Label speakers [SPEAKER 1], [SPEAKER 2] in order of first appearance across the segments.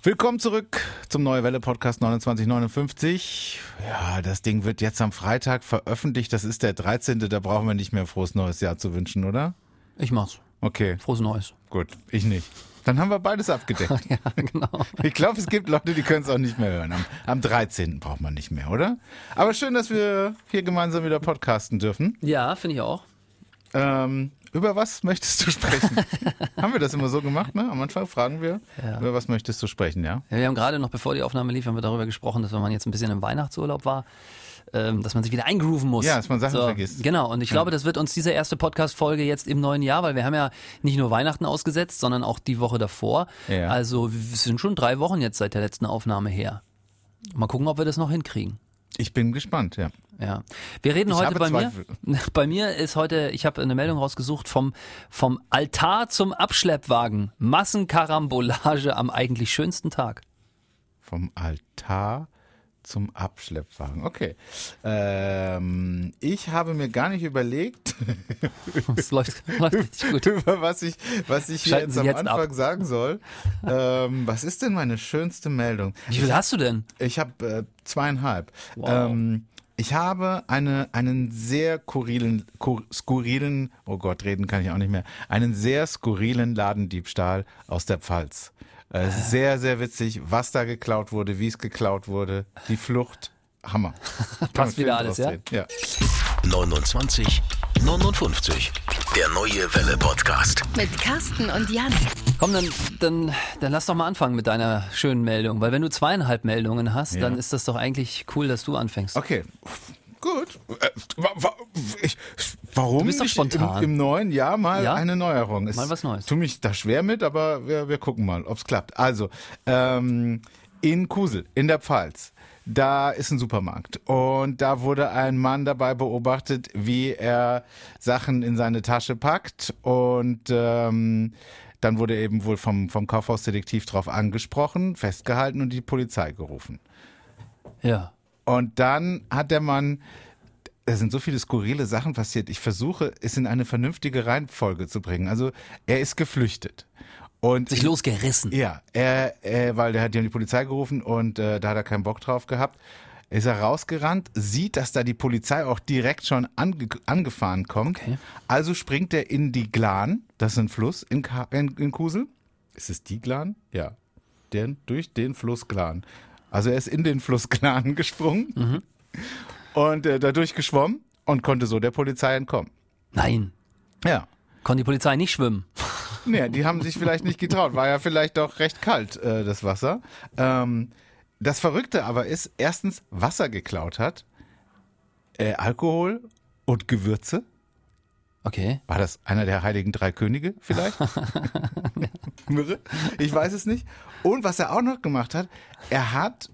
[SPEAKER 1] Willkommen zurück zum Neue Welle Podcast 2959. Ja, das Ding wird jetzt am Freitag veröffentlicht. Das ist der 13. Da brauchen wir nicht mehr frohes neues Jahr zu wünschen, oder?
[SPEAKER 2] Ich mach's.
[SPEAKER 1] Okay.
[SPEAKER 2] Frohes Neues.
[SPEAKER 1] Gut, ich nicht. Dann haben wir beides abgedeckt.
[SPEAKER 2] Ja, genau.
[SPEAKER 1] Ich glaube, es gibt Leute, die können es auch nicht mehr hören. Am 13. braucht man nicht mehr, oder? Aber schön, dass wir hier gemeinsam wieder podcasten dürfen.
[SPEAKER 2] Ja, finde ich auch.
[SPEAKER 1] Über was möchtest du sprechen? Haben wir das immer so gemacht, ne? Am Anfang fragen wir, über was möchtest du sprechen, ja?
[SPEAKER 2] Ja, wir haben gerade noch, bevor die Aufnahme lief, haben wir darüber gesprochen, dass wenn man jetzt ein bisschen im Weihnachtsurlaub war, dass man sich wieder eingrooven muss.
[SPEAKER 1] Ja, dass man Sachen vergisst.
[SPEAKER 2] Genau, und ich glaube, das wird uns diese erste Podcast-Folge jetzt im neuen Jahr, weil wir haben ja nicht nur Weihnachten ausgesetzt, sondern auch die Woche davor.
[SPEAKER 1] Ja.
[SPEAKER 2] Also es sind schon 3 Wochen jetzt seit der letzten Aufnahme her. Mal gucken, ob wir das noch hinkriegen.
[SPEAKER 1] Ich bin gespannt, ja.
[SPEAKER 2] Ja. Wir reden
[SPEAKER 1] Ich
[SPEAKER 2] heute
[SPEAKER 1] habe
[SPEAKER 2] bei
[SPEAKER 1] Zweifel.
[SPEAKER 2] mir. Bei mir ist heute, ich habe eine Meldung rausgesucht vom Altar zum Abschleppwagen. Massenkarambolage am eigentlich schönsten Tag.
[SPEAKER 1] Vom Altar zum Abschleppwagen. Okay. Ich habe mir gar nicht überlegt,
[SPEAKER 2] Das läuft richtig gut.
[SPEAKER 1] über was ich hier
[SPEAKER 2] Schalten
[SPEAKER 1] jetzt
[SPEAKER 2] Sie
[SPEAKER 1] am
[SPEAKER 2] jetzt ab.
[SPEAKER 1] Anfang sagen soll. Was ist denn meine schönste Meldung?
[SPEAKER 2] Wie viel hast du denn?
[SPEAKER 1] Ich habe 2,5.
[SPEAKER 2] Wow.
[SPEAKER 1] Ich habe einen sehr skurrilen, oh Gott, reden kann ich auch nicht mehr, einen sehr skurrilen Ladendiebstahl aus der Pfalz. Sehr, sehr witzig, was da geklaut wurde, wie es geklaut wurde, die Flucht, Hammer.
[SPEAKER 2] Passt wieder alles, ja?
[SPEAKER 1] Ja.
[SPEAKER 3] 29 59. Der Neue Welle Podcast.
[SPEAKER 4] Mit Carsten und Jan.
[SPEAKER 2] Komm, dann lass doch mal anfangen mit deiner schönen Meldung. Weil wenn du 2,5 Meldungen hast,
[SPEAKER 1] Ja.
[SPEAKER 2] dann ist das doch eigentlich cool, dass du anfängst.
[SPEAKER 1] Okay, gut. Warum
[SPEAKER 2] Du bist doch
[SPEAKER 1] nicht
[SPEAKER 2] spontan.
[SPEAKER 1] im neuen Jahr mal
[SPEAKER 2] Ja?
[SPEAKER 1] eine Neuerung?
[SPEAKER 2] Mal was Neues.
[SPEAKER 1] Tu mich da schwer mit, aber wir gucken mal, ob es klappt. Also, in Kusel, in der Pfalz, da ist ein Supermarkt und da wurde ein Mann dabei beobachtet, wie er Sachen in seine Tasche packt und dann wurde eben wohl vom Kaufhausdetektiv drauf angesprochen, festgehalten und die Polizei gerufen.
[SPEAKER 2] Ja.
[SPEAKER 1] Und dann hat der Mann, da sind so viele skurrile Sachen passiert, ich versuche, es in eine vernünftige Reihenfolge zu bringen. Also er ist geflüchtet. Und
[SPEAKER 2] Sich losgerissen.
[SPEAKER 1] Ja, weil der hat ja die Polizei gerufen und da hat er keinen Bock drauf gehabt. Ist er rausgerannt, sieht, dass da die Polizei auch direkt schon angefahren kommt.
[SPEAKER 2] Okay.
[SPEAKER 1] Also springt er in die Glan, das ist ein Fluss in Kusel. Ist es die Glan? Ja. Durch den Fluss Glan. Also er ist in den Fluss Glan gesprungen und dadurch geschwommen und konnte so der Polizei entkommen.
[SPEAKER 2] Nein.
[SPEAKER 1] Ja.
[SPEAKER 2] Konnte die Polizei nicht schwimmen.
[SPEAKER 1] Nee, die haben sich vielleicht nicht getraut. War ja vielleicht doch recht kalt, das Wasser. Das Verrückte aber ist, erstens, was er geklaut hat, Alkohol und Gewürze.
[SPEAKER 2] Okay.
[SPEAKER 1] War das einer der heiligen 3 Könige vielleicht? Myrrhe? Ich weiß es nicht. Und was er auch noch gemacht hat, er hat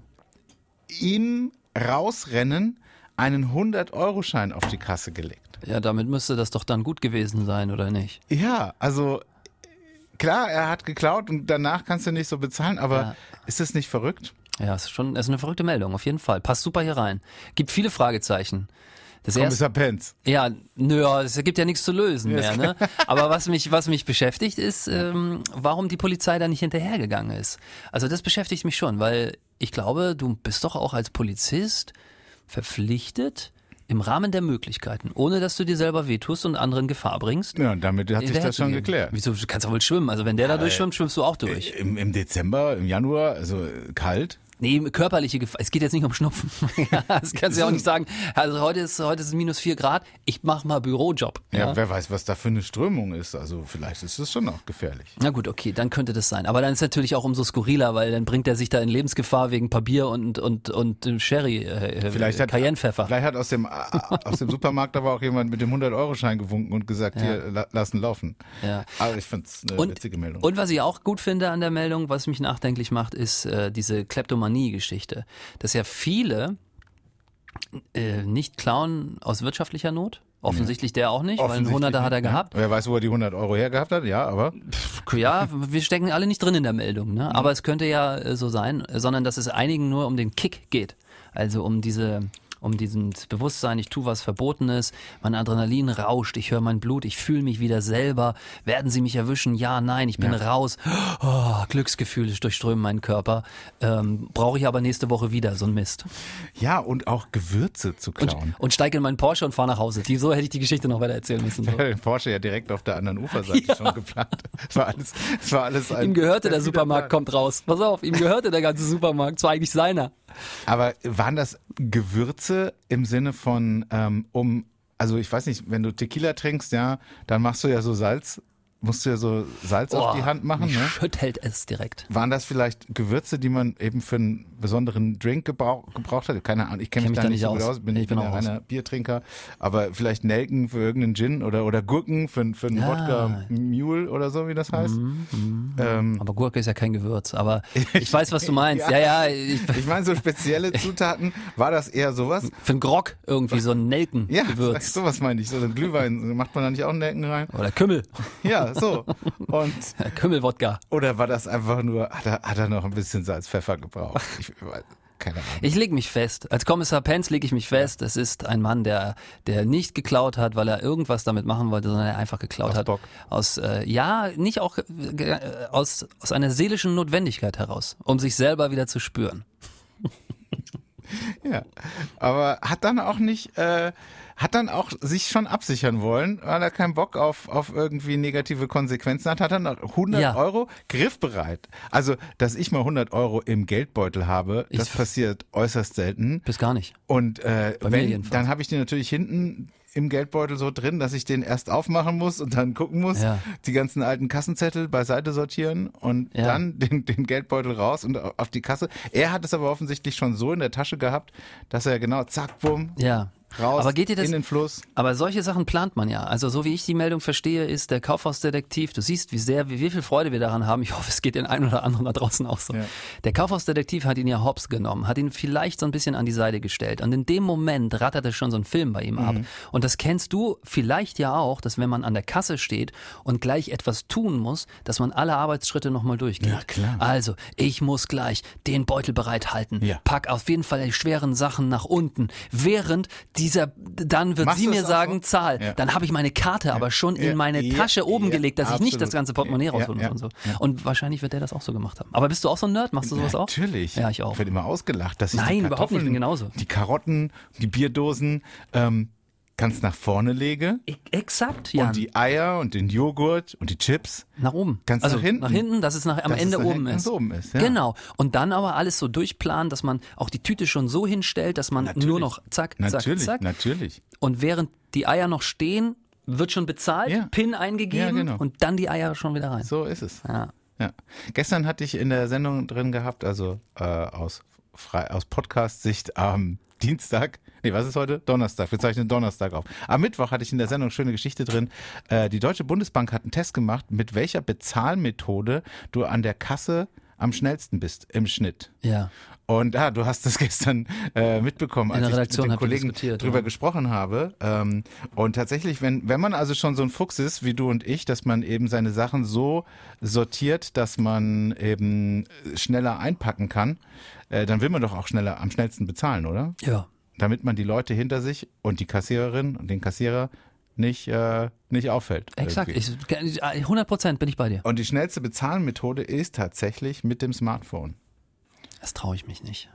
[SPEAKER 1] im Rausrennen einen 100-Euro-Schein auf die Kasse gelegt.
[SPEAKER 2] Ja, damit müsste das doch dann gut gewesen sein, oder nicht?
[SPEAKER 1] Ja, also klar, er hat geklaut und danach kannst du nicht so bezahlen, aber
[SPEAKER 2] Ja.
[SPEAKER 1] ist das nicht verrückt?
[SPEAKER 2] Ja, ist eine verrückte Meldung, auf jeden Fall. Passt super hier rein. Gibt viele Fragezeichen. Das
[SPEAKER 1] Kommissar Penz.
[SPEAKER 2] Ja, es gibt ja nichts zu lösen mehr, ne? Aber was mich beschäftigt ist, warum die Polizei da nicht hinterhergegangen ist. Also das beschäftigt mich schon, weil ich glaube, du bist doch auch als Polizist verpflichtet, im Rahmen der Möglichkeiten, ohne dass du dir selber wehtust und anderen Gefahr bringst.
[SPEAKER 1] Ja, und damit hat sich das schon
[SPEAKER 2] hinterherzugehen.
[SPEAKER 1] geklärt.
[SPEAKER 2] Wieso, du kannst doch wohl schwimmen. Also wenn der da durchschwimmt, schwimmst du auch durch.
[SPEAKER 1] Im Dezember, im Januar, also kalt.
[SPEAKER 2] Nee, körperliche Gefahr. Es geht jetzt nicht um Schnupfen. Ja, das kannst du ja auch nicht sagen. Also heute ist es minus 4 Grad. Ich mach mal Bürojob.
[SPEAKER 1] Ja, wer weiß, was da für eine Strömung ist. Also vielleicht ist es schon auch gefährlich.
[SPEAKER 2] Na gut, okay, dann könnte das sein. Aber dann ist es natürlich auch umso skurriler, weil dann bringt er sich da in Lebensgefahr wegen ein paar Bier und Sherry, Cayennepfeffer.
[SPEAKER 1] Vielleicht hat aus dem Supermarkt aber auch jemand mit dem 100-Euro-Schein gewunken und gesagt, hier, lassen laufen.
[SPEAKER 2] Ja.
[SPEAKER 1] Aber ich finde es eine witzige Meldung.
[SPEAKER 2] Und was ich auch gut finde an der Meldung, was mich nachdenklich macht, ist diese Kleptomanie-Geschichte. Dass ja viele nicht klauen aus wirtschaftlicher Not. Offensichtlich der auch nicht, weil einen 100er hat er gehabt.
[SPEAKER 1] Wer weiß, wo er die 100 Euro hergehabt hat, ja, aber...
[SPEAKER 2] Ja, wir stecken alle nicht drin in der Meldung, ne? Aber es könnte ja so sein, sondern dass es einigen nur um den Kick geht. Also um diese um dieses Bewusstsein, ich tue was Verbotenes, mein Adrenalin rauscht, ich höre mein Blut, ich fühle mich wieder selber. Werden sie mich erwischen? Ja, nein, ich bin raus. Oh, Glücksgefühle durchströmen meinen Körper. Brauche ich aber nächste Woche wieder, so ein Mist.
[SPEAKER 1] Ja, und auch Gewürze zu klauen.
[SPEAKER 2] Und steige in meinen Porsche und fahre nach Hause. So hätte ich die Geschichte noch weiter erzählen müssen. So.
[SPEAKER 1] Den Porsche ja direkt auf der anderen Uferseite schon geplant. Es war alles
[SPEAKER 2] ihm gehörte der Supermarkt, kommt raus. Pass auf, ihm gehörte der ganze Supermarkt. Es war eigentlich seiner.
[SPEAKER 1] Aber waren das Gewürze im Sinne von, also ich weiß nicht, wenn du Tequila trinkst, ja, dann machst du ja so Salz. Musst du ja so Salz auf die Hand machen, ne?
[SPEAKER 2] Schüttelt es direkt.
[SPEAKER 1] Waren das vielleicht Gewürze, die man eben für einen besonderen Drink gebraucht hat? Keine Ahnung, ich kenne mich da nicht so gut aus. Ich bin ja einer Biertrinker. Aber vielleicht Nelken für irgendeinen Gin oder Gurken für einen Wodka Mule oder so, wie das heißt.
[SPEAKER 2] Aber Gurke ist ja kein Gewürz. Aber ich weiß, was du meinst.
[SPEAKER 1] Ich meine, so spezielle Zutaten, war das eher sowas?
[SPEAKER 2] Für einen Grog irgendwie, so ein Nelkengewürz.
[SPEAKER 1] Ja, sowas meine ich. So ein Glühwein, macht man da nicht auch einen Nelken rein?
[SPEAKER 2] Oder Kümmel.
[SPEAKER 1] Ja, so. Und
[SPEAKER 2] Kümmelwodka.
[SPEAKER 1] Oder war das einfach nur, hat er noch ein bisschen Salz, Pfeffer gebraucht? Keine Ahnung.
[SPEAKER 2] Ich lege mich fest. Als Kommissar Penz lege ich mich fest. Es ist ein Mann, der nicht geklaut hat, weil er irgendwas damit machen wollte, sondern er einfach geklaut hat.
[SPEAKER 1] Bock.
[SPEAKER 2] Aus einer seelischen Notwendigkeit heraus, um sich selber wieder zu spüren.
[SPEAKER 1] Ja, aber hat dann auch sich schon absichern wollen, weil er keinen Bock auf irgendwie negative Konsequenzen hat dann 100 Euro griffbereit. Also, dass ich mal 100 Euro im Geldbeutel habe, das passiert äußerst selten.
[SPEAKER 2] Bis gar nicht.
[SPEAKER 1] Und dann habe ich den natürlich hinten im Geldbeutel so drin, dass ich den erst aufmachen muss und dann gucken muss, die ganzen alten Kassenzettel beiseite sortieren und dann den Geldbeutel raus und auf die Kasse. Er hat es aber offensichtlich schon so in der Tasche gehabt, dass er genau zack, bumm, raus,
[SPEAKER 2] aber geht dir das,
[SPEAKER 1] in den Fluss.
[SPEAKER 2] Aber solche Sachen plant man ja. Also so wie ich die Meldung verstehe, ist der Kaufhausdetektiv, du siehst, wie viel Freude wir daran haben. Ich hoffe, es geht den einen oder anderen da draußen auch so. Ja. Der Kaufhausdetektiv hat ihn ja hops genommen, hat ihn vielleicht so ein bisschen an die Seite gestellt. Und in dem Moment ratterte schon so ein Film bei ihm ab. Und das kennst du vielleicht ja auch, dass wenn man an der Kasse steht und gleich etwas tun muss, dass man alle Arbeitsschritte nochmal durchgeht.
[SPEAKER 1] Ja, klar.
[SPEAKER 2] Also, ich muss gleich den Beutel bereithalten, pack auf jeden Fall die schweren Sachen nach unten, während dann wird sie mir sagen, Zahl. Ja. Dann habe ich meine Karte aber schon in meine Tasche oben gelegt, dass ich nicht das ganze Portemonnaie raushole und so. Ja. Und wahrscheinlich wird der das auch so gemacht haben. Aber bist du auch so ein Nerd? Machst du sowas auch?
[SPEAKER 1] Natürlich.
[SPEAKER 2] Ja, ich auch.
[SPEAKER 1] Ich werde immer ausgelacht, dass ich
[SPEAKER 2] Nein, überhaupt nicht, ich bin genauso.
[SPEAKER 1] Die Karotten, die Bierdosen, ganz nach vorne lege.
[SPEAKER 2] Exakt, ja.
[SPEAKER 1] Und die Eier und den Joghurt und die Chips.
[SPEAKER 2] Nach oben.
[SPEAKER 1] Ganz
[SPEAKER 2] also
[SPEAKER 1] nach hinten.
[SPEAKER 2] Nach hinten, dass es am Ende oben ist.
[SPEAKER 1] Oben ist, ja.
[SPEAKER 2] Genau. Und dann aber alles so durchplanen, dass man auch die Tüte schon so hinstellt, dass man nur noch zack, zack, zack.
[SPEAKER 1] Natürlich.
[SPEAKER 2] Und während die Eier noch stehen, wird schon bezahlt, PIN eingegeben und dann die Eier schon wieder rein.
[SPEAKER 1] So ist es.
[SPEAKER 2] Ja.
[SPEAKER 1] Gestern hatte ich in der Sendung drin gehabt, also aus Podcast-Sicht am Dienstag, was ist heute? Donnerstag, wir zeichnen Donnerstag auf. Am Mittwoch hatte ich in der Sendung eine schöne Geschichte drin. Die Deutsche Bundesbank hat einen Test gemacht, mit welcher Bezahlmethode du an der Kasse am schnellsten bist im Schnitt.
[SPEAKER 2] Ja.
[SPEAKER 1] Und du hast das gestern mitbekommen, als ich mit dem Kollegen drüber gesprochen habe. Und tatsächlich, wenn man also schon so ein Fuchs ist, wie du und ich, dass man eben seine Sachen so sortiert, dass man eben schneller einpacken kann, dann will man doch auch am schnellsten bezahlen, oder?
[SPEAKER 2] Ja.
[SPEAKER 1] Damit man die Leute hinter sich und die Kassiererin und den Kassierer nicht auffällt.
[SPEAKER 2] Exakt, 100% bin ich bei dir.
[SPEAKER 1] Und die schnellste Bezahlmethode ist tatsächlich mit dem Smartphone.
[SPEAKER 2] Das traue ich mich nicht.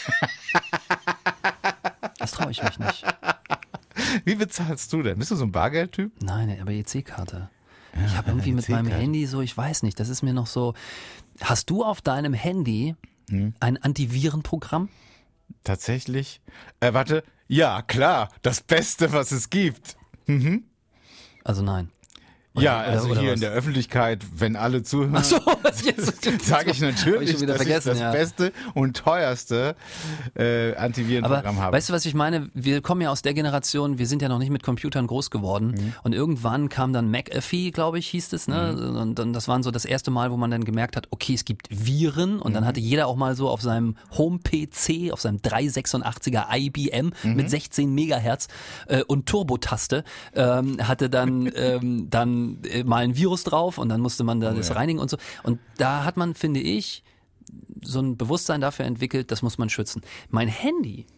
[SPEAKER 2] Das traue ich mich nicht.
[SPEAKER 1] Wie bezahlst du denn? Bist du so ein Bargeldtyp?
[SPEAKER 2] Nein, aber EC-Karte. Ich habe irgendwie mit meinem Handy so, ich weiß nicht, das ist mir noch so. Hast du auf deinem Handy ein Antivirenprogramm?
[SPEAKER 1] Tatsächlich? Warte. Ja, klar. Das Beste, was es gibt.
[SPEAKER 2] Also nein.
[SPEAKER 1] Oder hier in der Öffentlichkeit, wenn alle zuhören, sage ich natürlich, dass ich das beste und teuerste Antivirenprogramm habe.
[SPEAKER 2] Weißt du, was ich meine? Wir kommen ja aus der Generation, wir sind ja noch nicht mit Computern groß geworden und irgendwann kam dann McAfee, glaube ich, hieß es, ne? Und dann, das war so das erste Mal, wo man dann gemerkt hat, okay, es gibt Viren und dann hatte jeder auch mal so auf seinem Home-PC, auf seinem 386er IBM mit 16 Megahertz und Turbotaste hatte dann mal ein Virus drauf und dann musste man das reinigen und so. Und da hat man, finde ich, so ein Bewusstsein dafür entwickelt, das muss man schützen. Mein Handy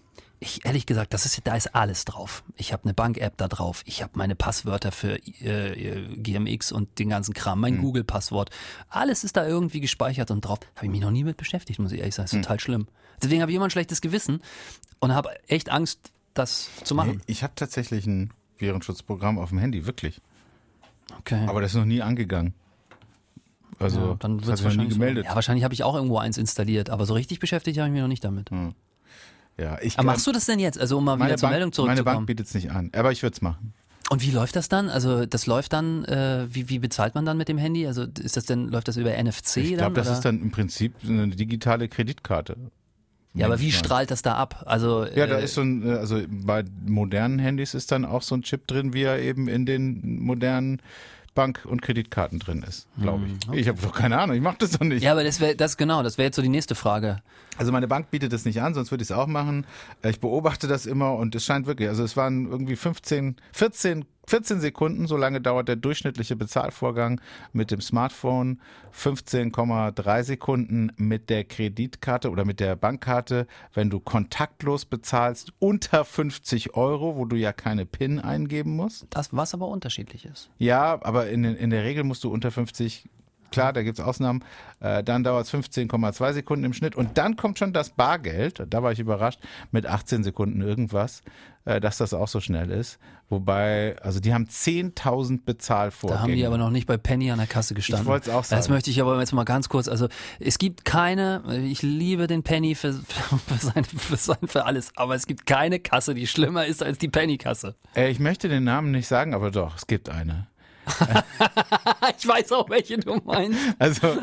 [SPEAKER 2] ehrlich gesagt, da ist alles drauf. Ich habe eine Bank-App da drauf. Ich habe meine Passwörter für GMX und den ganzen Kram, mein Google-Passwort. Alles ist da irgendwie gespeichert und drauf. Habe ich mich noch nie mit beschäftigt, muss ich ehrlich sagen. Das ist total schlimm. Deswegen habe ich immer ein schlechtes Gewissen und habe echt Angst, das zu machen.
[SPEAKER 1] Ich habe tatsächlich ein Virenschutzprogramm auf dem Handy, wirklich.
[SPEAKER 2] Okay.
[SPEAKER 1] Aber das ist noch nie angegangen. Also,
[SPEAKER 2] Ja, dann
[SPEAKER 1] das
[SPEAKER 2] wird's
[SPEAKER 1] hat sich noch nie
[SPEAKER 2] wahrscheinlich
[SPEAKER 1] gemeldet.
[SPEAKER 2] Ja, wahrscheinlich habe ich auch irgendwo eins installiert, aber so richtig beschäftigt habe ich mich noch nicht damit.
[SPEAKER 1] Ja,
[SPEAKER 2] Aber machst du das denn jetzt? Also um mal wieder zur Meldung
[SPEAKER 1] Meine
[SPEAKER 2] zurückzukommen.
[SPEAKER 1] Bank bietet es nicht an, aber ich würde es machen.
[SPEAKER 2] Und wie läuft das dann? Also das läuft dann, wie bezahlt man dann mit dem Handy? Also läuft das über NFC
[SPEAKER 1] Ich glaube, das
[SPEAKER 2] oder?
[SPEAKER 1] ist dann im Prinzip eine digitale Kreditkarte.
[SPEAKER 2] Ja, aber wie
[SPEAKER 1] Mensch,
[SPEAKER 2] strahlt das da ab? Also
[SPEAKER 1] Ja, da ist so ein, also bei modernen Handys ist dann auch so ein Chip drin, wie er eben in den modernen Bank- und Kreditkarten drin ist, glaube ich.
[SPEAKER 2] Okay.
[SPEAKER 1] Ich habe doch keine Ahnung, ich mache das doch nicht.
[SPEAKER 2] ja, aber das wäre jetzt so die nächste Frage.
[SPEAKER 1] Also meine Bank bietet das nicht an, sonst würde ich es auch machen. Ich beobachte das immer und es scheint wirklich, also es waren irgendwie 14 Sekunden, so lange dauert der durchschnittliche Bezahlvorgang mit dem Smartphone, 15,3 Sekunden mit der Kreditkarte oder mit der Bankkarte, wenn du kontaktlos bezahlst, unter 50 €, wo du ja keine PIN eingeben musst.
[SPEAKER 2] Das, was aber unterschiedlich ist.
[SPEAKER 1] Ja, aber in der Regel musst du unter 50, klar, da gibt's Ausnahmen, dann dauert es 15,2 Sekunden im Schnitt und dann kommt schon das Bargeld, da war ich überrascht, mit 18 Sekunden irgendwas, dass das auch so schnell ist. Wobei, also die haben 10.000 Bezahlvorgänge.
[SPEAKER 2] Da haben die aber noch nicht bei Penny an der Kasse gestanden.
[SPEAKER 1] Ich wollte es auch sagen.
[SPEAKER 2] Das möchte ich aber jetzt mal ganz kurz, also es gibt ich liebe den Penny für alles, aber es gibt keine Kasse, die schlimmer ist als die Penny-Kasse.
[SPEAKER 1] Ich möchte den Namen nicht sagen, aber doch, es gibt eine.
[SPEAKER 2] Ich weiß auch, welche du meinst.
[SPEAKER 1] Also,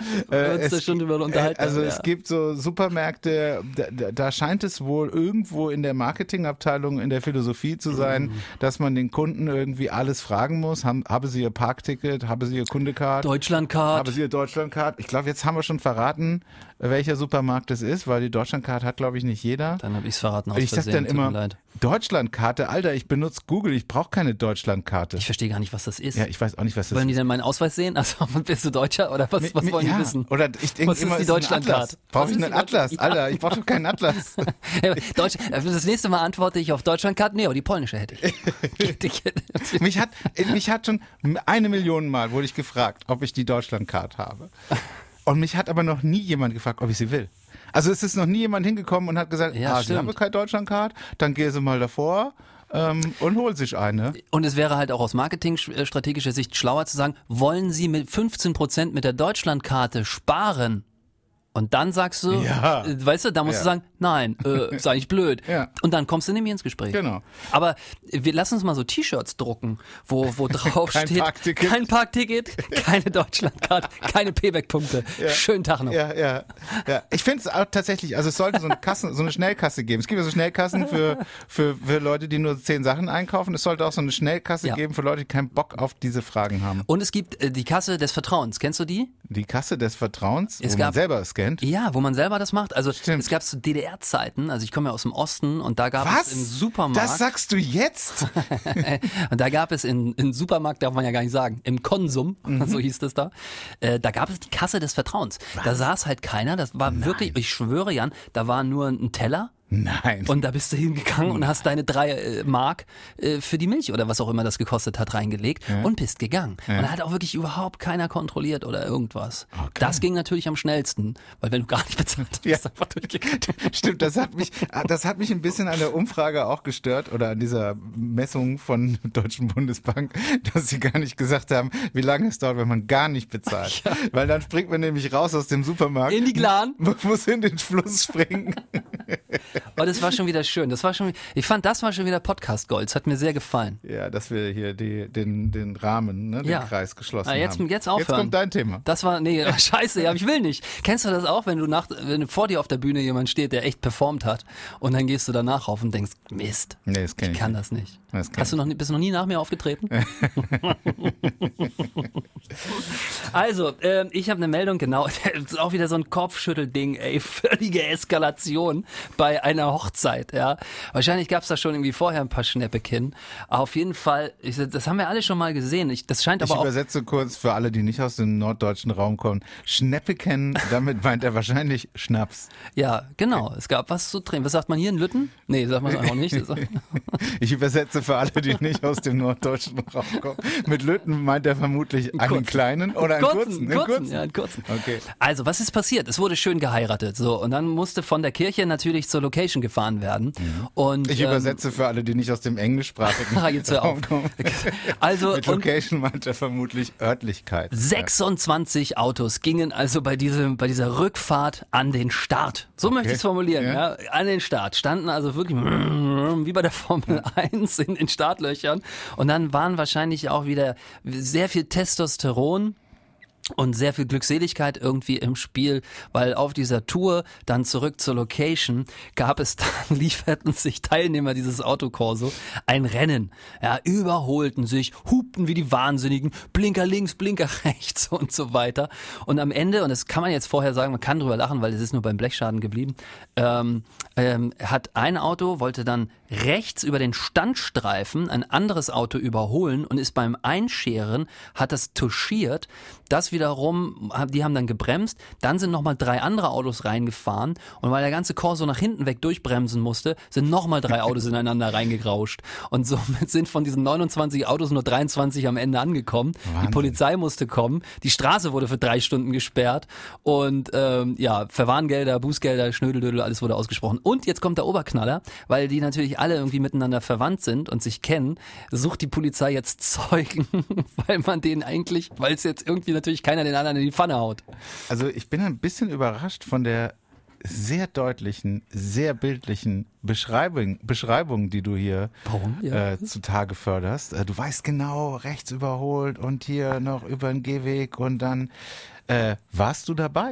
[SPEAKER 1] es gibt so Supermärkte, da scheint es wohl irgendwo in der Marketingabteilung, in der Philosophie zu sein, dass man den Kunden irgendwie alles fragen muss. Haben sie ihr Parkticket? Haben sie ihr Kundecard?
[SPEAKER 2] Deutschlandcard.
[SPEAKER 1] Haben sie ihr Deutschlandcard? Ich glaube, jetzt haben wir schon verraten, welcher Supermarkt es ist, weil die Deutschlandcard hat, glaube ich, nicht jeder.
[SPEAKER 2] Dann habe ich es verraten aus
[SPEAKER 1] Ich sag
[SPEAKER 2] Versehen.
[SPEAKER 1] dann immer, Deutschlandkarte, Alter, ich benutze Google, ich brauche keine Deutschlandkarte.
[SPEAKER 2] Ich verstehe gar nicht, was das ist.
[SPEAKER 1] Ja, ich weiß auch nicht, was das
[SPEAKER 2] Wollen die
[SPEAKER 1] ist.
[SPEAKER 2] denn meinen Ausweis sehen? Also bist du Deutscher oder was wollen die wissen?
[SPEAKER 1] Oder ich denke
[SPEAKER 2] Was
[SPEAKER 1] immer,
[SPEAKER 2] ist die
[SPEAKER 1] ist ein
[SPEAKER 2] Deutschlandcard?
[SPEAKER 1] Atlas. Brauche ich einen Atlas? Alter, ich brauche doch keinen Atlas.
[SPEAKER 2] Das nächste Mal antworte ich auf Deutschlandcard. Nee, aber die polnische hätte ich.
[SPEAKER 1] mich hat schon 1 Million Mal wurde ich gefragt, ob ich die Deutschlandcard habe. Und mich hat aber noch nie jemand gefragt, ob ich sie will. Also es ist noch nie jemand hingekommen und hat gesagt,
[SPEAKER 2] Ja,
[SPEAKER 1] Sie
[SPEAKER 2] stimmt.
[SPEAKER 1] haben keine Deutschlandcard, dann gehen Sie mal davor und holen sich eine.
[SPEAKER 2] Und es wäre halt auch aus marketingstrategischer Sicht schlauer zu sagen, wollen Sie mit 15% mit der Deutschlandkarte sparen? Und dann sagst du,
[SPEAKER 1] Ja.
[SPEAKER 2] Weißt du, da musst du sagen, nein, ist eigentlich blöd.
[SPEAKER 1] Ja.
[SPEAKER 2] Und dann kommst du nämlich ins Gespräch.
[SPEAKER 1] Genau.
[SPEAKER 2] Aber lass uns mal so T-Shirts drucken, wo drauf
[SPEAKER 1] Kein
[SPEAKER 2] steht,
[SPEAKER 1] Parkticket.
[SPEAKER 2] kein Parkticket, keine Deutschlandkarte, keine Payback-Punkte. Schönen Tag noch.
[SPEAKER 1] Ja. Ich finde es auch tatsächlich, also es sollte so eine Schnellkasse geben. Es gibt ja so Schnellkassen für Leute, die nur 10 Sachen einkaufen. Es sollte auch so eine Schnellkasse geben für Leute, die keinen Bock auf diese Fragen haben.
[SPEAKER 2] Und es gibt die Kasse des Vertrauens. Kennst du die?
[SPEAKER 1] Die Kasse des Vertrauens,
[SPEAKER 2] Es
[SPEAKER 1] wo man
[SPEAKER 2] gab-
[SPEAKER 1] selber scannt.
[SPEAKER 2] Ja, wo man selber das macht. Also
[SPEAKER 1] Stimmt.
[SPEAKER 2] es gab zu DDR-Zeiten, also ich komme ja aus dem Osten und da gab
[SPEAKER 1] Was?
[SPEAKER 2] es im Supermarkt.
[SPEAKER 1] Das sagst du jetzt?
[SPEAKER 2] Und da gab es in Supermarkt, darf man ja gar nicht sagen, im Konsum, so hieß das da, da gab es die Kasse des Vertrauens. Da saß halt keiner, das war wirklich, ich schwöre Jan, da war nur ein Teller.
[SPEAKER 1] Nein.
[SPEAKER 2] Und da bist du hingegangen und hast deine 3 Mark für die Milch oder was auch immer das gekostet hat reingelegt und bist gegangen. Und da hat auch wirklich überhaupt keiner kontrolliert oder irgendwas.
[SPEAKER 1] Okay.
[SPEAKER 2] Das ging natürlich am schnellsten, weil wenn du gar nicht bezahlt hast, bist du einfach durchgegangen.
[SPEAKER 1] Stimmt, das hat mich ein bisschen an der Umfrage auch gestört oder an dieser Messung von Deutschen Bundesbank, dass sie gar nicht gesagt haben, wie lange es dauert, wenn man gar nicht bezahlt. Ja. Weil dann springt man nämlich raus aus dem Supermarkt.
[SPEAKER 2] In die Glan.
[SPEAKER 1] Muss in den Fluss springen.
[SPEAKER 2] Aber das war schon wieder schön. Ich fand, das war schon wieder Podcast-Gold. Es hat mir sehr gefallen.
[SPEAKER 1] Ja, dass wir hier den Rahmen, ne, den Kreis geschlossen haben.
[SPEAKER 2] Jetzt aufhören.
[SPEAKER 1] Jetzt kommt dein Thema.
[SPEAKER 2] Das war, scheiße, ja, ich will nicht. Kennst du das auch, wenn du vor dir auf der Bühne jemand steht, der echt performt hat und dann gehst du danach rauf und denkst, Mist,
[SPEAKER 1] Nee, das kenn
[SPEAKER 2] ich
[SPEAKER 1] ich
[SPEAKER 2] kann
[SPEAKER 1] nicht.
[SPEAKER 2] das nicht.
[SPEAKER 1] Das kenn
[SPEAKER 2] Bist du noch nie nach mir aufgetreten? Also, ich habe eine Meldung, genau, das ist auch wieder so ein Kopfschüttelding, ey, völlige Eskalation. bei einer Hochzeit, ja. Wahrscheinlich gab es da schon irgendwie vorher ein paar Schnäppchen. Aber auf jeden Fall, das haben wir alle schon mal gesehen. Das scheint aber
[SPEAKER 1] Ich
[SPEAKER 2] auch...
[SPEAKER 1] übersetze kurz für alle, die nicht aus dem norddeutschen Raum kommen. Schnäppchen, damit meint er wahrscheinlich Schnaps.
[SPEAKER 2] Ja, genau. Es gab was zu trinken. Was sagt man hier in Lütten? Nee, sagt man auch nicht.
[SPEAKER 1] Ich übersetze für alle, die nicht aus dem norddeutschen Raum kommen. Mit Lütten meint er vermutlich einen kleinen oder einen kurzen.
[SPEAKER 2] Ja, einen kurzen.
[SPEAKER 1] Okay.
[SPEAKER 2] Also, was ist passiert? Es wurde schön geheiratet. So, und dann musste von der Kirche natürlich zur Location gefahren werden. Und,
[SPEAKER 1] Ich übersetze für alle, die nicht aus dem englischsprachigen
[SPEAKER 2] jetzt hör auf.
[SPEAKER 1] Raum kommen.
[SPEAKER 2] Also,
[SPEAKER 1] Mit Location meint er vermutlich Örtlichkeit.
[SPEAKER 2] 26 Autos gingen also bei dieser Rückfahrt an den Start. So möchte ich es formulieren. Ja. An den Start. Standen also wirklich wie bei der Formel 1 in den Startlöchern. Und dann waren wahrscheinlich auch wieder sehr viel Testosteron und sehr viel Glückseligkeit irgendwie im Spiel, weil auf dieser Tour dann zurück zur Location lieferten sich Teilnehmer dieses Autokorso ein Rennen. Ja, überholten sich, hupten wie die Wahnsinnigen, Blinker links, Blinker rechts und so weiter. Und am Ende, und das kann man jetzt vorher sagen, man kann drüber lachen, weil es ist nur beim Blechschaden geblieben, hat ein Auto, wollte dann rechts über den Standstreifen ein anderes Auto überholen und ist beim Einscheren, hat das touchiert, das wiederum, die haben dann gebremst, dann sind nochmal 3 andere Autos reingefahren und weil der ganze Corso nach hinten weg durchbremsen musste, sind nochmal 3 Autos ineinander reingerauscht und somit sind von diesen 29 Autos nur 23 am Ende angekommen. Wahnsinn. Die Polizei musste kommen, die Straße wurde für 3 Stunden gesperrt und Verwarngelder, Bußgelder, Schnödeldödel, alles wurde ausgesprochen. Und jetzt kommt der Oberknaller, weil die natürlich alle irgendwie miteinander verwandt sind und sich kennen, sucht die Polizei jetzt Zeugen, weil es jetzt irgendwie natürlich keiner den anderen in die Pfanne haut.
[SPEAKER 1] Also ich bin ein bisschen überrascht von der sehr deutlichen, sehr bildlichen Beschreibung, die du hier zutage förderst. Du weißt genau, rechts überholt und hier noch über den Gehweg und dann warst du dabei?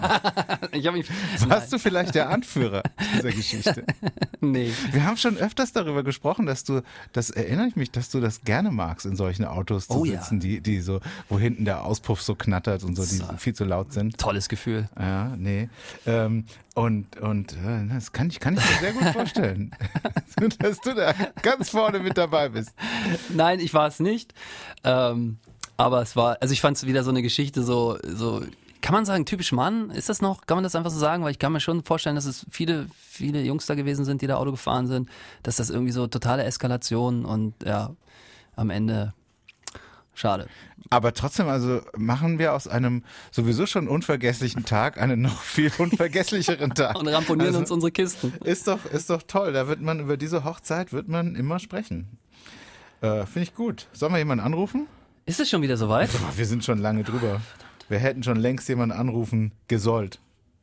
[SPEAKER 1] Warst du vielleicht der Anführer dieser Geschichte?
[SPEAKER 2] Nee.
[SPEAKER 1] Wir haben schon öfters darüber gesprochen, das erinnere ich mich, dass du das gerne magst, in solchen Autos zu sitzen, die so, wo hinten der Auspuff so knattert und so, die viel zu laut sind.
[SPEAKER 2] Tolles Gefühl.
[SPEAKER 1] Ja, nee. Und das kann ich mir sehr gut vorstellen, dass du da ganz vorne mit dabei bist.
[SPEAKER 2] Nein, ich war es nicht. Aber ich fand es wieder so eine Geschichte, so, kann man sagen, typisch Mann? Ist das noch? Kann man das einfach so sagen? Weil ich kann mir schon vorstellen, dass es viele Jungs da gewesen sind, die da Auto gefahren sind, dass das irgendwie so totale Eskalation und ja, am Ende schade.
[SPEAKER 1] Aber trotzdem, also machen wir aus einem sowieso schon unvergesslichen Tag einen noch viel unvergesslicheren Tag.
[SPEAKER 2] Und ramponieren uns unsere Kisten.
[SPEAKER 1] Ist doch toll. Da wird man über diese Hochzeit immer sprechen. Finde ich gut. Sollen wir jemanden anrufen?
[SPEAKER 2] Ist es schon wieder soweit?
[SPEAKER 1] Wir sind schon lange drüber. Wir hätten schon längst jemanden anrufen gesollt.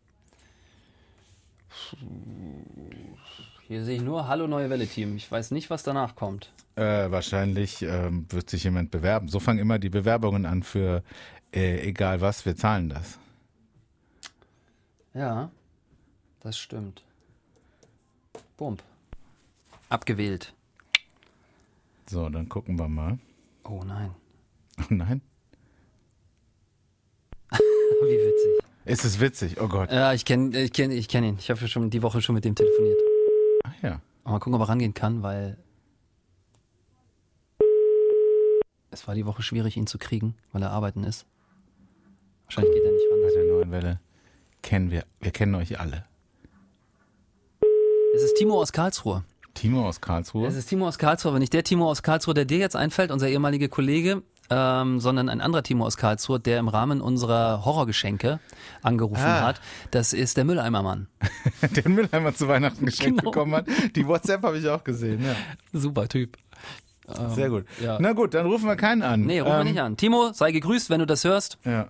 [SPEAKER 2] Hier sehe ich nur Hallo Neue Welle Team. Ich weiß nicht, was danach kommt.
[SPEAKER 1] Wahrscheinlich wird sich jemand bewerben. So fangen immer die Bewerbungen an für egal was, wir zahlen das.
[SPEAKER 2] Ja, das stimmt. Bump. Abgewählt.
[SPEAKER 1] So, dann gucken wir mal.
[SPEAKER 2] Oh nein.
[SPEAKER 1] Oh nein?
[SPEAKER 2] Wie witzig.
[SPEAKER 1] Ist es witzig? Oh Gott.
[SPEAKER 2] Ja, ich kenn ihn. Ich habe schon die Woche schon mit dem telefoniert.
[SPEAKER 1] Ach ja.
[SPEAKER 2] Mal gucken, ob er rangehen kann, weil es war die Woche schwierig, ihn zu kriegen, weil er arbeiten ist. Wahrscheinlich geht er nicht ran.
[SPEAKER 1] Bei der Neuen Welle kennen wir kennen euch alle.
[SPEAKER 2] Es ist Timo aus Karlsruhe.
[SPEAKER 1] Timo aus Karlsruhe?
[SPEAKER 2] Es ist Timo aus Karlsruhe, aber nicht der Timo aus Karlsruhe, der dir jetzt einfällt, unser ehemaliger Kollege, sondern ein anderer Timo aus Karlsruhe, der im Rahmen unserer Horrorgeschenke angerufen hat. Das ist der Mülleimermann.
[SPEAKER 1] Den Mülleimer zu Weihnachten geschenkt bekommen hat. Die WhatsApp habe ich auch gesehen. Ja.
[SPEAKER 2] Super Typ.
[SPEAKER 1] Sehr gut.
[SPEAKER 2] Ja.
[SPEAKER 1] Na gut, dann rufen wir keinen an.
[SPEAKER 2] Nee, rufen wir nicht an. Timo, sei gegrüßt, wenn du das hörst.
[SPEAKER 1] Ja.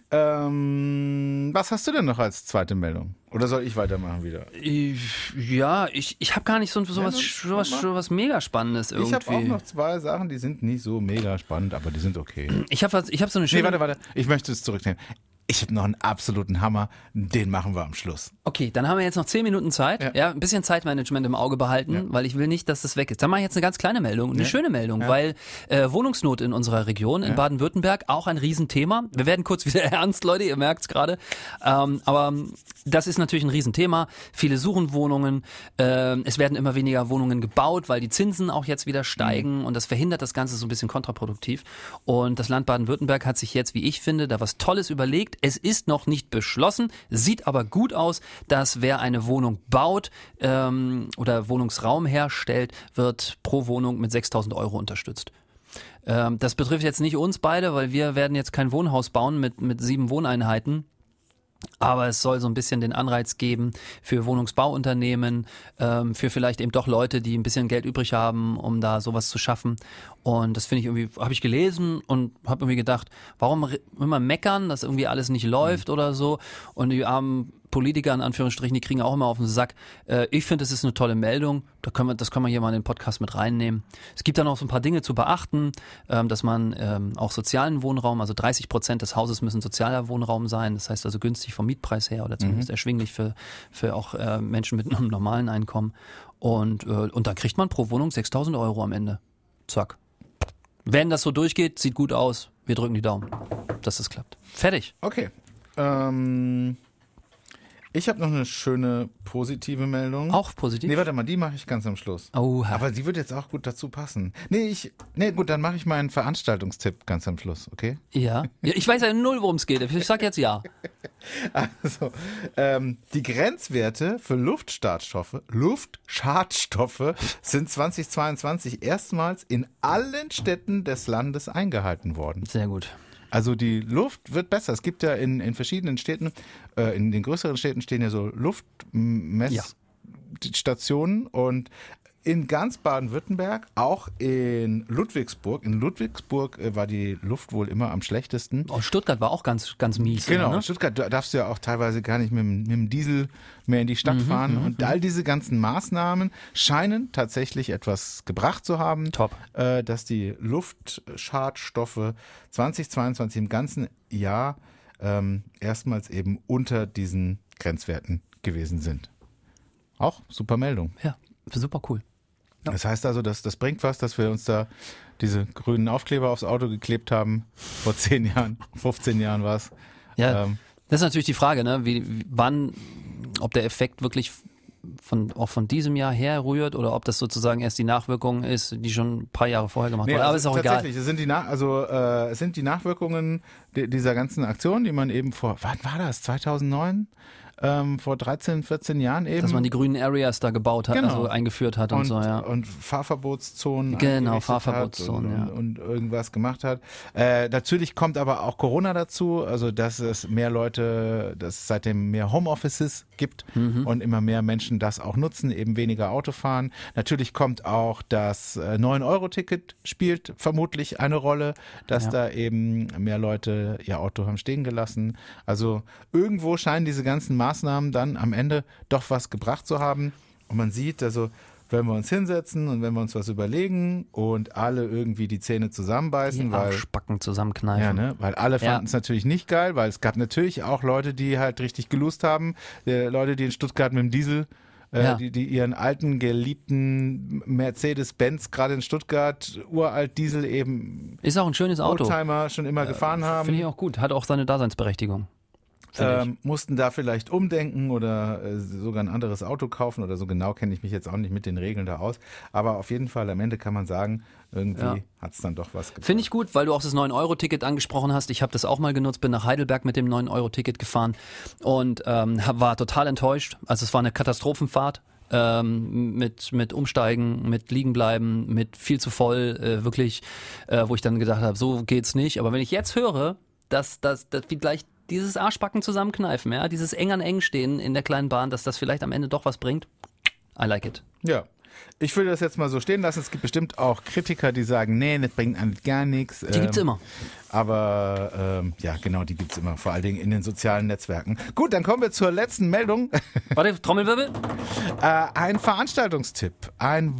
[SPEAKER 1] Was hast du denn noch als zweite Meldung? Oder soll ich weitermachen wieder?
[SPEAKER 2] Ich habe gar nicht so was mega Spannendes irgendwie.
[SPEAKER 1] Ich habe auch noch 2 Sachen, die sind nicht so mega spannend, aber die sind okay.
[SPEAKER 2] Ich hab so eine schöne...
[SPEAKER 1] Nee, warte. Ich möchte es zurücknehmen. Ich habe noch einen absoluten Hammer, den machen wir am Schluss.
[SPEAKER 2] Okay, dann haben wir jetzt noch 10 Minuten Zeit. Ja, ein bisschen Zeitmanagement im Auge behalten, weil ich will nicht, dass das weg ist. Dann mache ich jetzt eine ganz kleine Meldung, eine schöne Meldung, weil Wohnungsnot in unserer Region, in Baden-Württemberg, auch ein Riesenthema. Wir werden kurz wieder ernst, Leute, ihr merkt's gerade. Aber das ist natürlich ein Riesenthema. Viele suchen Wohnungen. Es werden immer weniger Wohnungen gebaut, weil die Zinsen auch jetzt wieder steigen und das verhindert das Ganze so ein bisschen kontraproduktiv. Und das Land Baden-Württemberg hat sich jetzt, wie ich finde, da was Tolles überlegt. Es ist noch nicht beschlossen, sieht aber gut aus, dass wer eine Wohnung baut oder Wohnungsraum herstellt, wird pro Wohnung mit 6.000 € unterstützt. Das betrifft jetzt nicht uns beide, weil wir werden jetzt kein Wohnhaus bauen mit 7 Wohneinheiten. Aber es soll so ein bisschen den Anreiz geben für Wohnungsbauunternehmen, für vielleicht eben doch Leute, die ein bisschen Geld übrig haben, um da sowas zu schaffen. Und das finde ich irgendwie, habe ich gelesen und habe irgendwie gedacht, warum immer meckern, dass irgendwie alles nicht läuft oder so. Und die armen Politiker in Anführungsstrichen, die kriegen auch immer auf den Sack. Ich finde, es ist eine tolle Meldung. Das können wir hier mal in den Podcast mit reinnehmen. Es gibt dann auch so ein paar Dinge zu beachten, dass man auch sozialen Wohnraum, also 30% des Hauses müssen sozialer Wohnraum sein. Das heißt also günstig vom Mietpreis her oder zumindest erschwinglich für auch Menschen mit einem normalen Einkommen. Und dann kriegt man pro Wohnung 6.000 € am Ende. Zack. Wenn das so durchgeht, sieht gut aus. Wir drücken die Daumen, dass das klappt. Fertig.
[SPEAKER 1] Okay. Ich habe noch eine schöne positive Meldung.
[SPEAKER 2] Auch positiv?
[SPEAKER 1] Nee, warte mal, die mache ich ganz am Schluss.
[SPEAKER 2] Oh,
[SPEAKER 1] aber die wird jetzt auch gut dazu passen. Nee, gut, dann mache ich meinen Veranstaltungstipp ganz am Schluss, okay?
[SPEAKER 2] Ja. Ich weiß ja null, worum es geht. Ich sag jetzt ja.
[SPEAKER 1] Also, die Grenzwerte für Luftschadstoffe sind 2022 erstmals in allen Städten des Landes eingehalten worden.
[SPEAKER 2] Sehr gut.
[SPEAKER 1] Also die Luft wird besser. Es gibt ja in verschiedenen Städten, in den größeren Städten stehen ja so Luftmessstationen und in ganz Baden-Württemberg, auch in Ludwigsburg. In Ludwigsburg war die Luft wohl immer am schlechtesten.
[SPEAKER 2] Oh, Stuttgart war auch ganz, ganz mies.
[SPEAKER 1] Genau,
[SPEAKER 2] immer, ne?
[SPEAKER 1] in Stuttgart darfst du ja auch teilweise gar nicht mit dem Diesel mehr in die Stadt fahren. Und all diese ganzen Maßnahmen scheinen tatsächlich etwas gebracht zu haben.
[SPEAKER 2] Top.
[SPEAKER 1] Dass die Luftschadstoffe 2022 im ganzen Jahr erstmals eben unter diesen Grenzwerten gewesen sind. Auch super Meldung.
[SPEAKER 2] Ja, super cool. Ja.
[SPEAKER 1] Das heißt also, das bringt was, dass wir uns da diese grünen Aufkleber aufs Auto geklebt haben. Vor 10 Jahren, 15 Jahren war es.
[SPEAKER 2] Ja, das ist natürlich die Frage, ne? Ob der Effekt wirklich auch von diesem Jahr herrührt oder ob das sozusagen erst die Nachwirkung ist, die schon ein paar Jahre vorher gemacht wurde. Aber ist auch egal.
[SPEAKER 1] Tatsächlich, es sind die Nachwirkungen dieser ganzen Aktion, die man eben wann war das? 2009? Vor 13, 14 Jahren eben.
[SPEAKER 2] Dass man die grünen Areas da gebaut hat,
[SPEAKER 1] genau.
[SPEAKER 2] Also eingeführt hat und so, ja.
[SPEAKER 1] Und Fahrverbotszonen
[SPEAKER 2] genau, Fahrverbotszonen,
[SPEAKER 1] und irgendwas gemacht hat. Natürlich kommt aber auch Corona dazu, also dass es seitdem mehr Homeoffices gibt und immer mehr Menschen das auch nutzen, eben weniger Auto fahren. Natürlich kommt auch das 9-Euro-Ticket spielt vermutlich eine Rolle, dass da eben mehr Leute ihr Auto haben stehen gelassen. Also irgendwo scheinen diese ganzen Maßnahmen dann am Ende doch was gebracht zu haben. Und man sieht, also wenn wir uns hinsetzen und wenn wir uns was überlegen und alle irgendwie die Zähne zusammenbeißen,
[SPEAKER 2] die Arschbacken zusammenkneifen.
[SPEAKER 1] Ja, ne? Weil alle fanden es natürlich nicht geil, weil es gab natürlich auch Leute, die halt richtig gelust haben. Leute, die in Stuttgart mit dem Diesel die ihren alten, geliebten Mercedes-Benz gerade in Stuttgart, uralt Diesel eben.
[SPEAKER 2] Ist auch ein schönes Auto.
[SPEAKER 1] Oldtimer schon immer gefahren haben.
[SPEAKER 2] Finde ich auch gut. Hat auch seine Daseinsberechtigung.
[SPEAKER 1] Mussten da vielleicht umdenken oder sogar ein anderes Auto kaufen oder so. Genau kenne ich mich jetzt auch nicht mit den Regeln da aus. Aber auf jeden Fall am Ende kann man sagen, irgendwie hat es dann doch was gebracht.
[SPEAKER 2] Finde ich gut, weil du auch das 9-Euro-Ticket angesprochen hast. Ich habe das auch mal genutzt, bin nach Heidelberg mit dem 9-Euro-Ticket gefahren und war total enttäuscht. Also es war eine Katastrophenfahrt. Mit Umsteigen, mit Liegenbleiben, mit viel zu voll, wirklich, wo ich dann gedacht habe, so geht's nicht. Aber wenn ich jetzt höre, dass wie gleich dieses Arschbacken zusammenkneifen, ja, dieses eng an eng stehen in der kleinen Bahn, dass das vielleicht am Ende doch was bringt. I like it.
[SPEAKER 1] Ja. Ich würde das jetzt mal so stehen lassen. Es gibt bestimmt auch Kritiker, die sagen, nee, das bringt eigentlich gar nichts.
[SPEAKER 2] Die gibt's immer.
[SPEAKER 1] Aber genau, die gibt's immer. Vor allen Dingen in den sozialen Netzwerken. Gut, dann kommen wir zur letzten Meldung.
[SPEAKER 2] Warte, Trommelwirbel.
[SPEAKER 1] Ein Veranstaltungstipp. Ein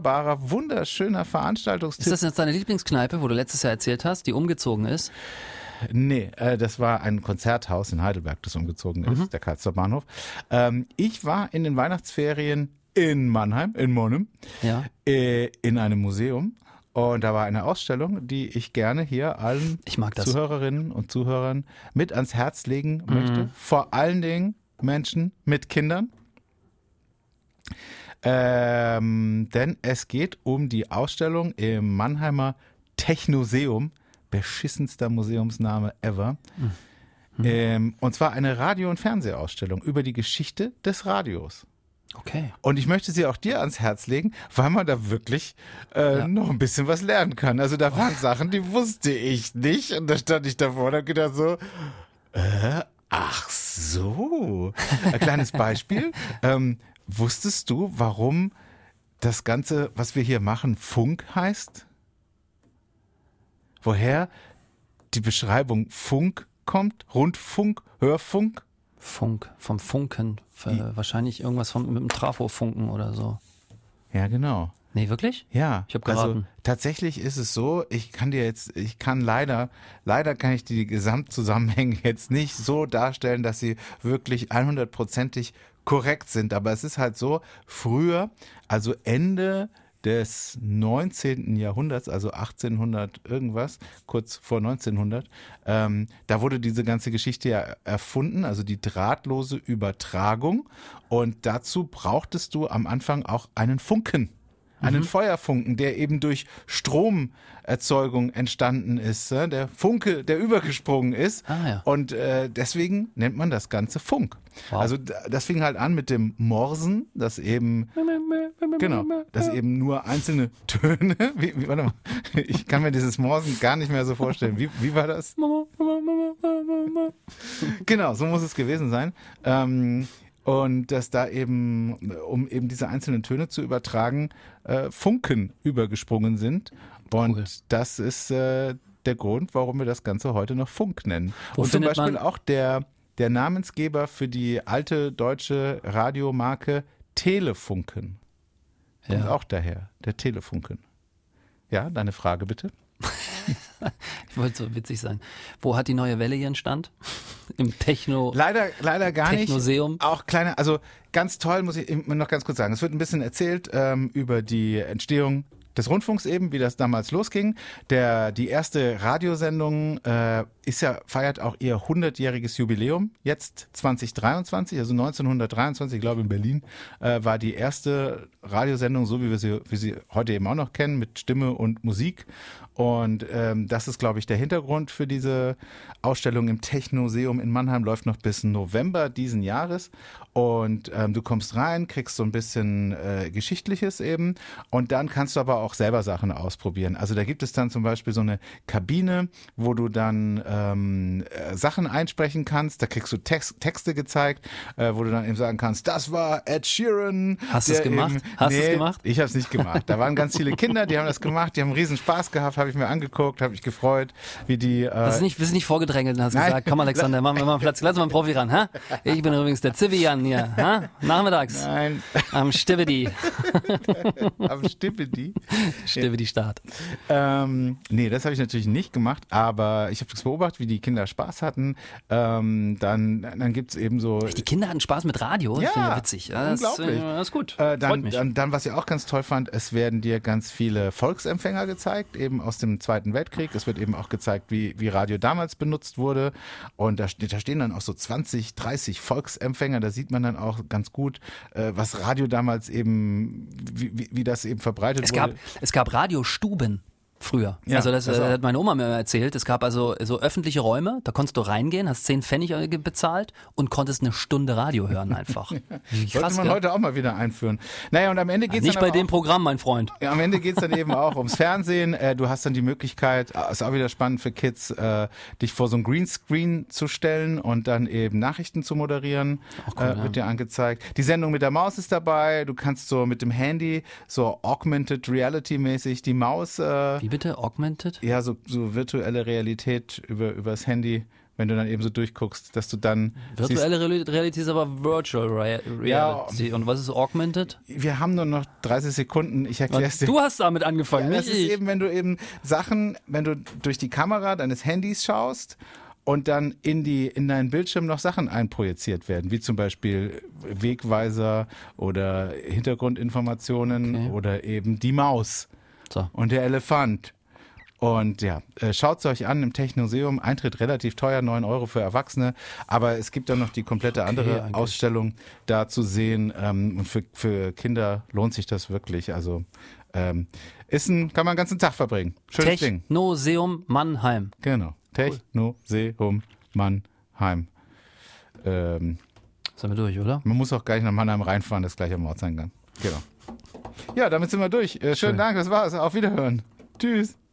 [SPEAKER 1] wunderbarer, wunderschöner Veranstaltungstipp.
[SPEAKER 2] Ist das jetzt deine Lieblingskneipe, wo du letztes Jahr erzählt hast, die umgezogen ist?
[SPEAKER 1] Nee, das war ein Konzerthaus in Heidelberg, das umgezogen ist, der Karlsruher Bahnhof. Ich war in den Weihnachtsferien in Mannheim, in Monum,
[SPEAKER 2] Ja.
[SPEAKER 1] In einem Museum. Und da war eine Ausstellung, die ich gerne hier allen
[SPEAKER 2] Ich mag das.
[SPEAKER 1] Zuhörerinnen und Zuhörern mit ans Herz legen möchte. Vor allen Dingen Menschen mit Kindern. Denn es geht um die Ausstellung im Mannheimer Technoseum, beschissenster Museumsname ever. Und zwar eine Radio- und Fernsehausstellung über die Geschichte des Radios.
[SPEAKER 2] Okay.
[SPEAKER 1] Und ich möchte sie auch dir ans Herz legen, weil man da wirklich noch ein bisschen was lernen kann. Also da waren Sachen, die wusste ich nicht. Und da stand ich davor und habe gedacht so, ach so. Ein kleines Beispiel. Wusstest du, warum das Ganze, was wir hier machen, Funk heißt? Woher die Beschreibung Funk kommt? Rundfunk, Hörfunk?
[SPEAKER 2] Funk, vom Funken. Wahrscheinlich irgendwas mit dem Trafofunken oder so.
[SPEAKER 1] Ja, genau.
[SPEAKER 2] Nee, wirklich?
[SPEAKER 1] Ja,
[SPEAKER 2] Ich hab geraten.
[SPEAKER 1] also tatsächlich ist es so, ich kann leider kann ich die Gesamtzusammenhänge jetzt nicht so darstellen, dass sie wirklich 100%ig korrekt sind. Aber es ist halt so, früher, also Ende des 19. Jahrhunderts, also 1800 irgendwas, kurz vor 1900, da wurde diese ganze Geschichte ja erfunden, also die drahtlose Übertragung. Und dazu brauchtest du am Anfang auch einen Funken. Einen Feuerfunken, der eben durch Stromerzeugung entstanden ist. Der Funke, der übergesprungen ist.
[SPEAKER 2] Ah, ja.
[SPEAKER 1] Und deswegen nennt man das Ganze Funk.
[SPEAKER 2] Wow.
[SPEAKER 1] Also das fing halt an mit dem Morsen, das eben nur einzelne Töne. Warte mal, ich kann mir dieses Morsen gar nicht mehr so vorstellen. Wie war das? Genau, so muss es gewesen sein. Und dass da eben, um eben diese einzelnen Töne zu übertragen, Funken übergesprungen sind. Und
[SPEAKER 2] Cool.
[SPEAKER 1] das ist der Grund, warum wir das Ganze heute noch Funk nennen.
[SPEAKER 2] Wo
[SPEAKER 1] Und zum
[SPEAKER 2] findet
[SPEAKER 1] Beispiel
[SPEAKER 2] man-
[SPEAKER 1] auch der Namensgeber für die alte deutsche Radiomarke Telefunken. Kommt
[SPEAKER 2] Ja.
[SPEAKER 1] auch daher, der Telefunken. Ja, deine Frage bitte.
[SPEAKER 2] Ich wollte so witzig sein. Wo hat die neue Welle ihren Stand? Im Techno.
[SPEAKER 1] Leider gar nicht.
[SPEAKER 2] Technoseum.
[SPEAKER 1] Auch kleine, also ganz toll, muss ich noch ganz kurz sagen. Es wird ein bisschen erzählt über die Entstehung des Rundfunks eben, wie das damals losging. Die erste Radiosendung feiert auch ihr 100-jähriges Jubiläum. Jetzt 2023, also 1923, ich glaube in Berlin, war die erste Radiosendung, so wie wir sie heute eben auch noch kennen, mit Stimme und Musik. Und das ist, glaube ich, der Hintergrund für diese Ausstellung im Technoseum in Mannheim. Läuft noch bis November diesen Jahres. Und du kommst rein, kriegst so ein bisschen Geschichtliches eben. Und dann kannst du aber auch selber Sachen ausprobieren. Also da gibt es dann zum Beispiel so eine Kabine, wo du dann Sachen einsprechen kannst. Da kriegst du Texte gezeigt, wo du dann eben sagen kannst, das war Ed Sheeran.
[SPEAKER 2] Hast du es gemacht? Hast du es gemacht?
[SPEAKER 1] Ich habe es nicht gemacht. Da waren ganz viele Kinder, die haben das gemacht, die haben einen riesen Spaß gehabt, habe ich mir angeguckt, habe mich gefreut, wie die...
[SPEAKER 2] Bist du nicht vorgedrängelt und hast
[SPEAKER 1] Nein.
[SPEAKER 2] gesagt, komm Alexander, machen wir mal Platz, lass mal einen Profi ran, ha? Ich bin übrigens der Zivian hier, ha? Nachmittags.
[SPEAKER 1] Nein,
[SPEAKER 2] Am Stibbedi.
[SPEAKER 1] am Stippedi.
[SPEAKER 2] Stibbedi-Start.
[SPEAKER 1] Nee, das habe ich natürlich nicht gemacht, aber ich habe das beobachtet, wie die Kinder Spaß hatten. Dann gibt's eben so...
[SPEAKER 2] Die Kinder hatten Spaß mit Radio, das
[SPEAKER 1] Ja,
[SPEAKER 2] finde ich witzig. Ja,
[SPEAKER 1] unglaublich.
[SPEAKER 2] Das ist gut, freut mich.
[SPEAKER 1] Dann, was ich auch ganz toll fand, es werden dir ganz viele Volksempfänger gezeigt, eben aus dem Zweiten Weltkrieg. Es wird eben auch gezeigt, wie Radio damals benutzt wurde. Und da stehen dann auch so 20, 30 Volksempfänger. Da sieht man dann auch ganz gut, was Radio damals eben, wie das eben verbreitet wurde.
[SPEAKER 2] Es gab Radiostuben früher.
[SPEAKER 1] Ja,
[SPEAKER 2] also das
[SPEAKER 1] das auch.
[SPEAKER 2] hat meine Oma mir erzählt. Es gab also so öffentliche Räume, da konntest du reingehen, hast 10 Pfennig bezahlt und konntest eine Stunde Radio hören einfach. Wie
[SPEAKER 1] Sollte
[SPEAKER 2] krass,
[SPEAKER 1] man
[SPEAKER 2] gell?
[SPEAKER 1] heute auch mal wieder einführen. Naja, und am Ende geht's
[SPEAKER 2] Nicht
[SPEAKER 1] dann
[SPEAKER 2] bei
[SPEAKER 1] aber
[SPEAKER 2] dem Programm, mein Freund.
[SPEAKER 1] Ja, am Ende geht's dann eben auch ums Fernsehen. Du hast dann die Möglichkeit, ist auch wieder spannend für Kids, dich vor so ein Greenscreen zu stellen und dann eben Nachrichten zu moderieren.
[SPEAKER 2] cool,
[SPEAKER 1] Wird dir angezeigt. Die Sendung mit der Maus ist dabei. Du kannst so mit dem Handy so Augmented Reality mäßig die Maus,
[SPEAKER 2] Wie bitte? Augmented?
[SPEAKER 1] ja, so virtuelle Realität übers Handy wenn du dann eben so durchguckst, dass du dann
[SPEAKER 2] Virtuelle Realität ist aber Virtual Reality.
[SPEAKER 1] Ja.
[SPEAKER 2] Und was ist Augmented?
[SPEAKER 1] Wir haben nur noch 30 Sekunden, ich erkläre es dir.
[SPEAKER 2] Du hast damit angefangen,
[SPEAKER 1] Ja,
[SPEAKER 2] nicht
[SPEAKER 1] das ist
[SPEAKER 2] ich.
[SPEAKER 1] eben, wenn du eben Sachen, wenn du durch die Kamera deines Handys schaust und dann in deinen Bildschirm noch Sachen einprojiziert werden, wie zum Beispiel Wegweiser oder Hintergrundinformationen oder eben die Maus
[SPEAKER 2] So.
[SPEAKER 1] und der Elefant. Und ja, schaut es euch an im Technoseum. Eintritt relativ teuer, 9 Euro für Erwachsene. Aber es gibt dann noch die komplette andere
[SPEAKER 2] eigentlich.
[SPEAKER 1] Ausstellung da zu sehen. Und für Kinder lohnt sich das wirklich. Also kann man den ganzen Tag verbringen. Schönes Ding.
[SPEAKER 2] Technoseum Mannheim.
[SPEAKER 1] Genau. Technoseum Mannheim.
[SPEAKER 2] Sind wir durch, oder?
[SPEAKER 1] Man muss auch gar nicht nach Mannheim reinfahren, das ist gleich am Ortseingang. Genau. Ja, damit sind wir durch. Schönen Dank, das war's. Auf Wiederhören. Tschüss.